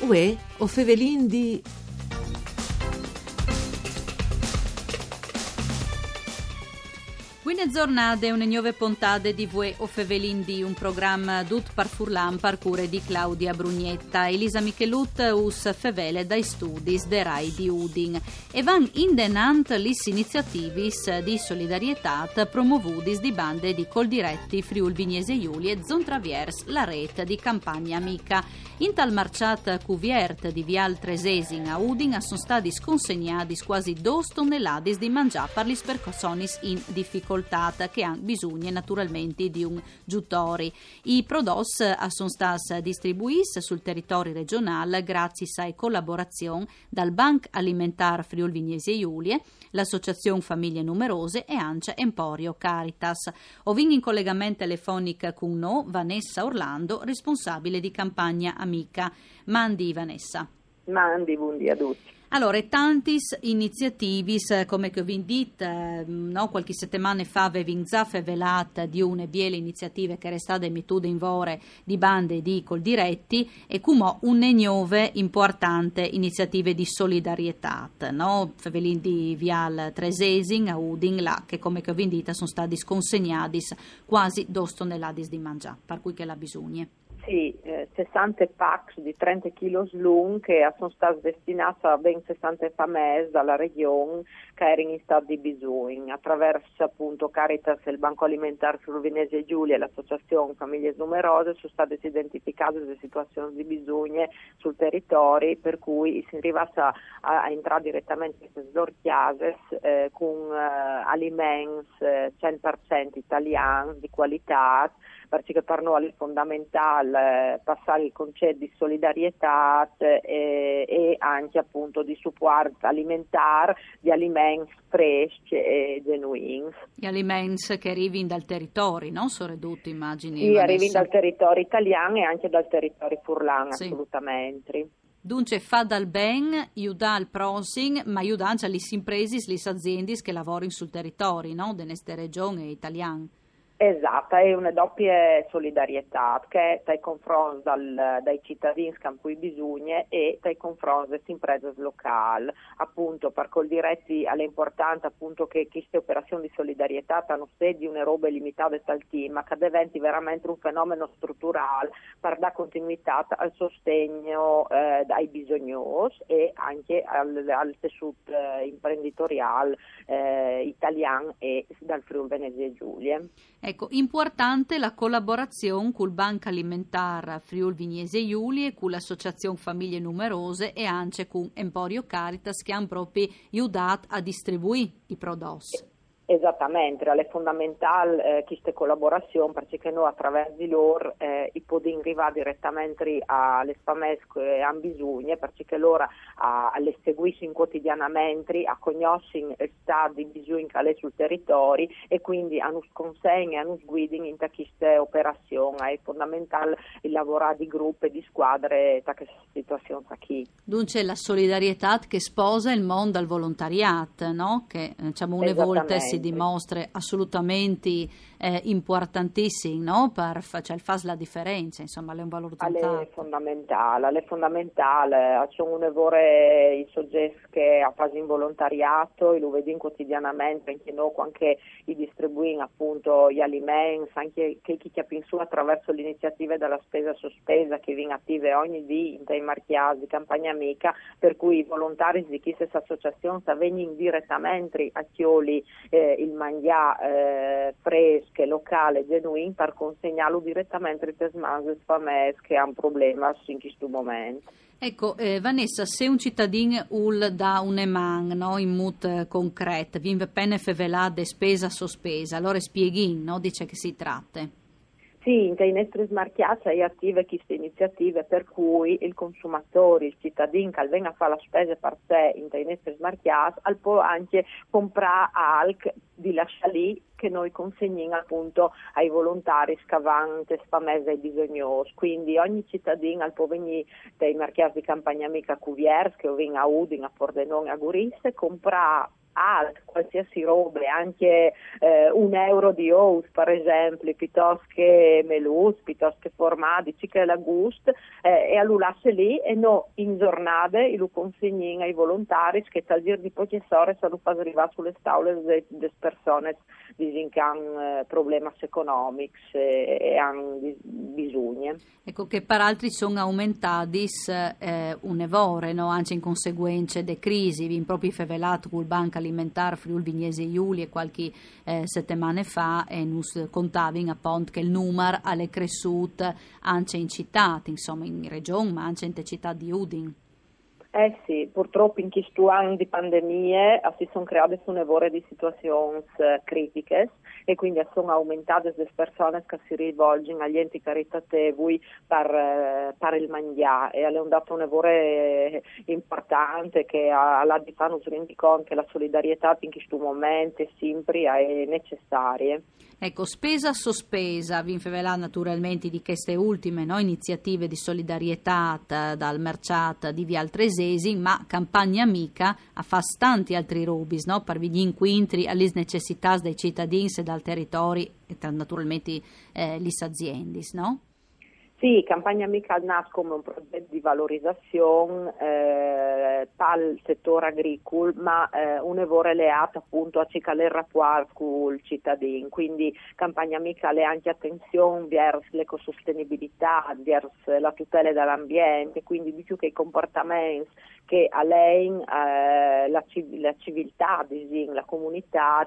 Uè, o Fevelin di... Buone giornate, une nuove puntate di Vue o Fevelin di un programma dut par furlan par cure di Claudia Brugnetta. Elisa Michelut us fevele dai studis de Rai di Udin e van indenant lis iniziativis di solidarietà promovudis di bande di Coldiretti, Friul Vignese Giulia e Zon Traviers, la rete di campagna amica. In tal marciat cuviert di Vial Tresesin a Udin sono stati sconsegnati quasi 2 tonnellate di mangià per lis personis in difficoltà che hanno bisogno naturalmente di un giutori. I prodotti sono stati distribuiti sul territorio regionale grazie a collaborazione dal Bank Alimentar Friul Vignese Giulie, l'Associazione Famiglie Numerose e anche Emporio Caritas. Ovin in collegamento telefonico con noi Vanessa Orlando, responsabile di campagna amica. Mandi Vanessa. Mandi, buondì a tutti. Allora, tantis iniziativis, come che vi dit, qualche settimana fa avevi già fevelat di une biele iniziative che era stata emituta in vore di bande di Coldiretti e come une nuove importante iniziative di solidarietà, no? Fevelin di Vial Tresesin a Udin, là, che come che vi dit sono stati sconsegnati quasi 2 tonnellate di mangià, per cui che la bisogna. Sì, 60 packs di 30 kg lung che sono stati destinati a ben 60 famiglie dalla regione che erano in stato di bisogno. Attraverso appunto Caritas e il Banco Alimentare Friul Vignese Giulia e l'Associazione Famiglie Numerose sono state identificate le situazioni di bisogno sul territorio, per cui si arriva a entrare direttamente in queste orchiases con alimenti 100% italiani di qualità, perché per noi è fondamentale passare il concetto di solidarietà e anche appunto di supporto alimentare, di alimenti freschi e genuini. Gli alimenti che arrivano dal territorio, non sono ridotti, immagini? Sì, arrivano dal territorio italiano e anche dal territorio furlan, sì. Assolutamente. Dunque fa dal ben, aiuta al prossimo, ma aiuta anche alle imprese, alle aziende che lavorano sul territorio, no? Di queste regioni italiane. Esatto, è una doppia solidarietà che dai confronti dai cittadini che hanno cui bisogna e dai confronti delle imprese locali. Appunto, per Coldiretti è importante appunto che queste operazioni di solidarietà hanno di una roba limitata dal team, ma che diventi veramente un fenomeno strutturale per dare continuità al sostegno ai bisognosi e anche al tessuto imprenditoriale italiano e dal Friul Venezia Giulia. Ecco, importante la collaborazione col Banco Alimentare Friul Vignese Giulie, con l'Associazione Famiglie Numerose e anche con Emporio Caritas che hanno proprio aiutato a distribuire i prodotti. Esattamente, è fondamentale questa collaborazione perché noi attraverso di loro possiamo arrivare direttamente alle famiglie che hanno bisogno, perché loro le seguiscono quotidianamente, a conoscono il stato di bisogno che è sul territorio e quindi hanno consegna, hanno guidano in queste operazioni. È fondamentale il lavorare di gruppo e di squadre in questa situazione qui. Dunque la solidarietà che sposa il mondo al volontariato, no? Che diciamo une volte si dimostra assolutamente importantissimo, no? Cioè il fa la differenza, insomma, è un valore è fondamentale, sono i soggetti che fanno in volontariato e lo vediamo quotidianamente, anche noi anche i distribuiamo appunto gli alimenti, anche chi ha pensato attraverso le iniziative della spesa sospesa che vengono attive ogni dì in marchiati di campagna amica, per cui i volontari di questa associazione vengono direttamente a Chioli il mangià fresco, locale, genuino, per consegnarlo direttamente alle famiglie che hanno problemi in questo momento. Ecco, Vanessa, se un cittadino da un EMAN, no, in mood concreto, viene appena fevelata spesa sospesa, allora spieghi, no, dice che si tratta. Sì, in dei nostri smarchiati è attive queste iniziative per cui il consumatore, il cittadino che viene a fare la spesa per sé in dei nostri smarchiati può anche comprare alc di lasciare lì che noi consegniamo appunto ai volontari scavanti, spamese e bisognosi. Quindi ogni cittadino può venire dai marchiati di campagna amica Cuviers che viene a Udine, a Pordenone, a Gurisse, comprare alt, qualsiasi robe, anche €1 di ous per esempio, piuttosto che melus, piuttosto che formaggi, che la gust, e all'ulasse lì e no in giornate lo consegnin ai volontari che tal dir di poche ore se lo fa arrivare sulle tavole delle persone che hanno problemi economici e hanno bisogno. Ecco che per altri sono aumentati un'evore, no? Anche in conseguenza delle crisi, vi proprio fevelato col Banco Alimentare Friuli Vignese Giulia qualche settimane fa e nus contavano appunto che il numero è cresciuto anche in città, insomma in regione ma anche in città di Udin. Sì, purtroppo in questo anno di pandemie si sono create un'evore di situazioni critiche e quindi sono aumentate le persone che si rivolgono agli enti caritatevoli per il mangiare e è dato un'evore importante che alla di fanno si rendi conto che la solidarietà in questo momento sempre è necessaria. Ecco, spesa sospesa, vi infavelà naturalmente di queste ultime iniziative di solidarietà dal merciato di Vial Tresesi, ma Campagna Amica ha fatto tanti altri rubis, no? Per gli incontri alle necessità dei cittadini e dal territorio e naturalmente le aziende, no? Sì, Campagna Amica nasce come un progetto di valorizzazione al settore agricolo, ma un'evore leata appunto a cicale il rapporto con il cittadino, quindi Campagna Amica le anche attenzione verso l'ecosostenibilità, verso la tutela dell'ambiente, quindi di più che i comportamenti che a lei la civiltà, la comunità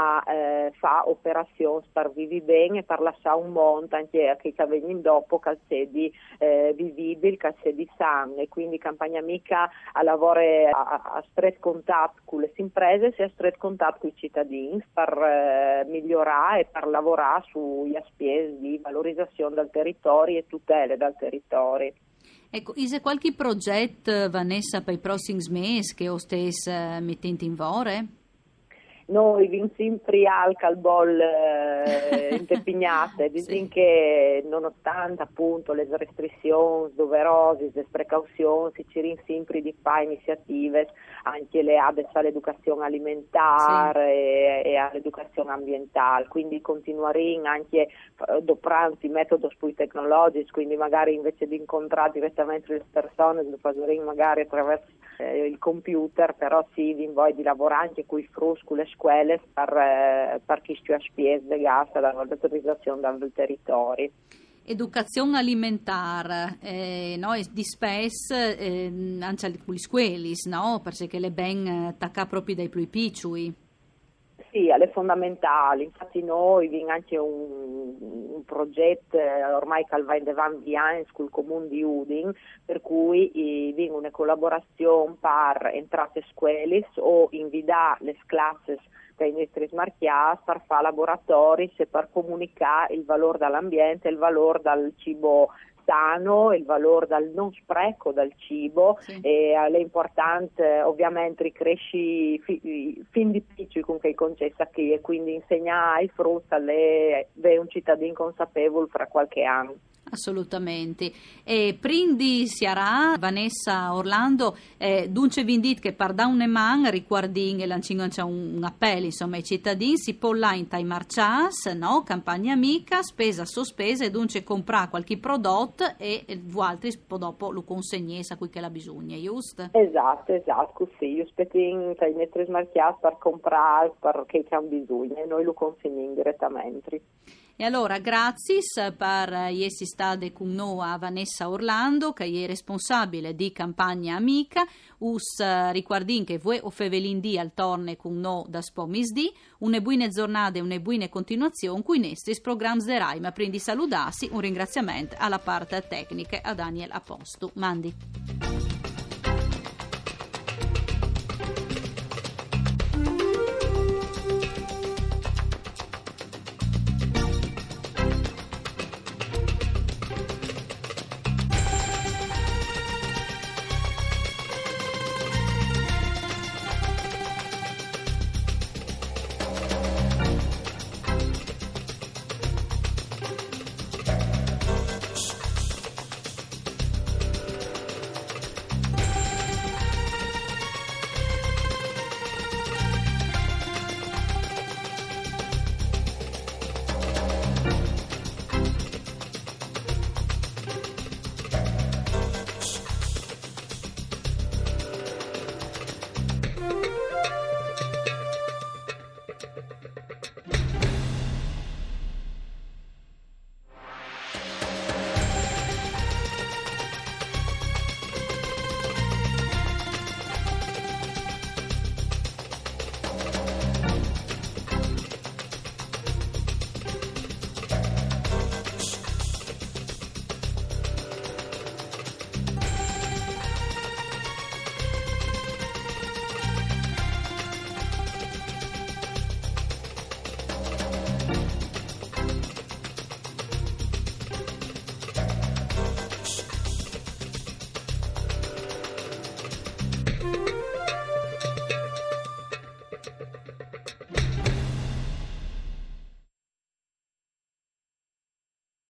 fa operazioni per vivere bene e per lasciare un mondo anche che vengono dopo che di vivibile, che sia di sano, e quindi Campagna Amica lavora a stretto contatto con le imprese e a stretto contatto con i cittadini per migliorare e per lavorare sugli aspetti di valorizzazione del territorio e tutele del territorio. Ecco, c'è qualche progetto, Vanessa, per i prossimi mesi che o stessi mettendo in vore? Noi vin sempre al calbol impegnate, sì. Che nonostante appunto le restrizioni doverose, le precauzioni, si ci sempre di fare iniziative anche le all'educazione alimentare e all'educazione ambientale, quindi continueremo anche adoperando i metodi poi tecnologici, quindi magari invece di incontrare direttamente le persone, lo faremo magari attraverso il computer, però sì, vi invito di lavorare anche con i frus, con le scuole per chi sia spese legate alla valorizzazione del territorio. Educazione alimentare, no? Di spesso anche con le scuole, no? Perché le ben attacca proprio dai più piccoli. Sì, è fondamentale, infatti noi abbiamo anche un progetto ormai che va in avanti con il comune di Udin, per cui abbiamo una collaborazione per entrare a scuole o invitare le classi dai nostri smarchiati per fare laboratori e per comunicare il valore dell'ambiente, il valore del cibo sano, il valore del non spreco del cibo, sì. E è importante ovviamente ricresci fin di piccoli con che concessa qui e quindi insegnare ai frutti è un cittadino consapevole fra qualche anno. Assolutamente. E prindi siarà Vanessa Orlando, dunque vi dite che per da un eman riguarding e lanciando c'è un appello insomma ai cittadini si può là in tai marcias, no? Campagna Amica, spesa sospesa e dunque comprare qualche prodotto e altri poi dopo lo consegnesse a cui che la bisogna, giusto? Esatto, così, io aspetto tai nostri smarchiati per comprare perché c'è un bisogno e noi lo consegniamo direttamente. E allora, grazie per essere stata con noi a Vanessa Orlando, che è responsabile di Campagna Amica, riguardin che voi o fevelindì al torne con noi da Spomisdì, une buone giornate e une buone continuazioni, qui nestis programmi de Rai, ma prima di salutarsi un ringraziamento alla parte tecnica a Daniel Apostu. Mandi.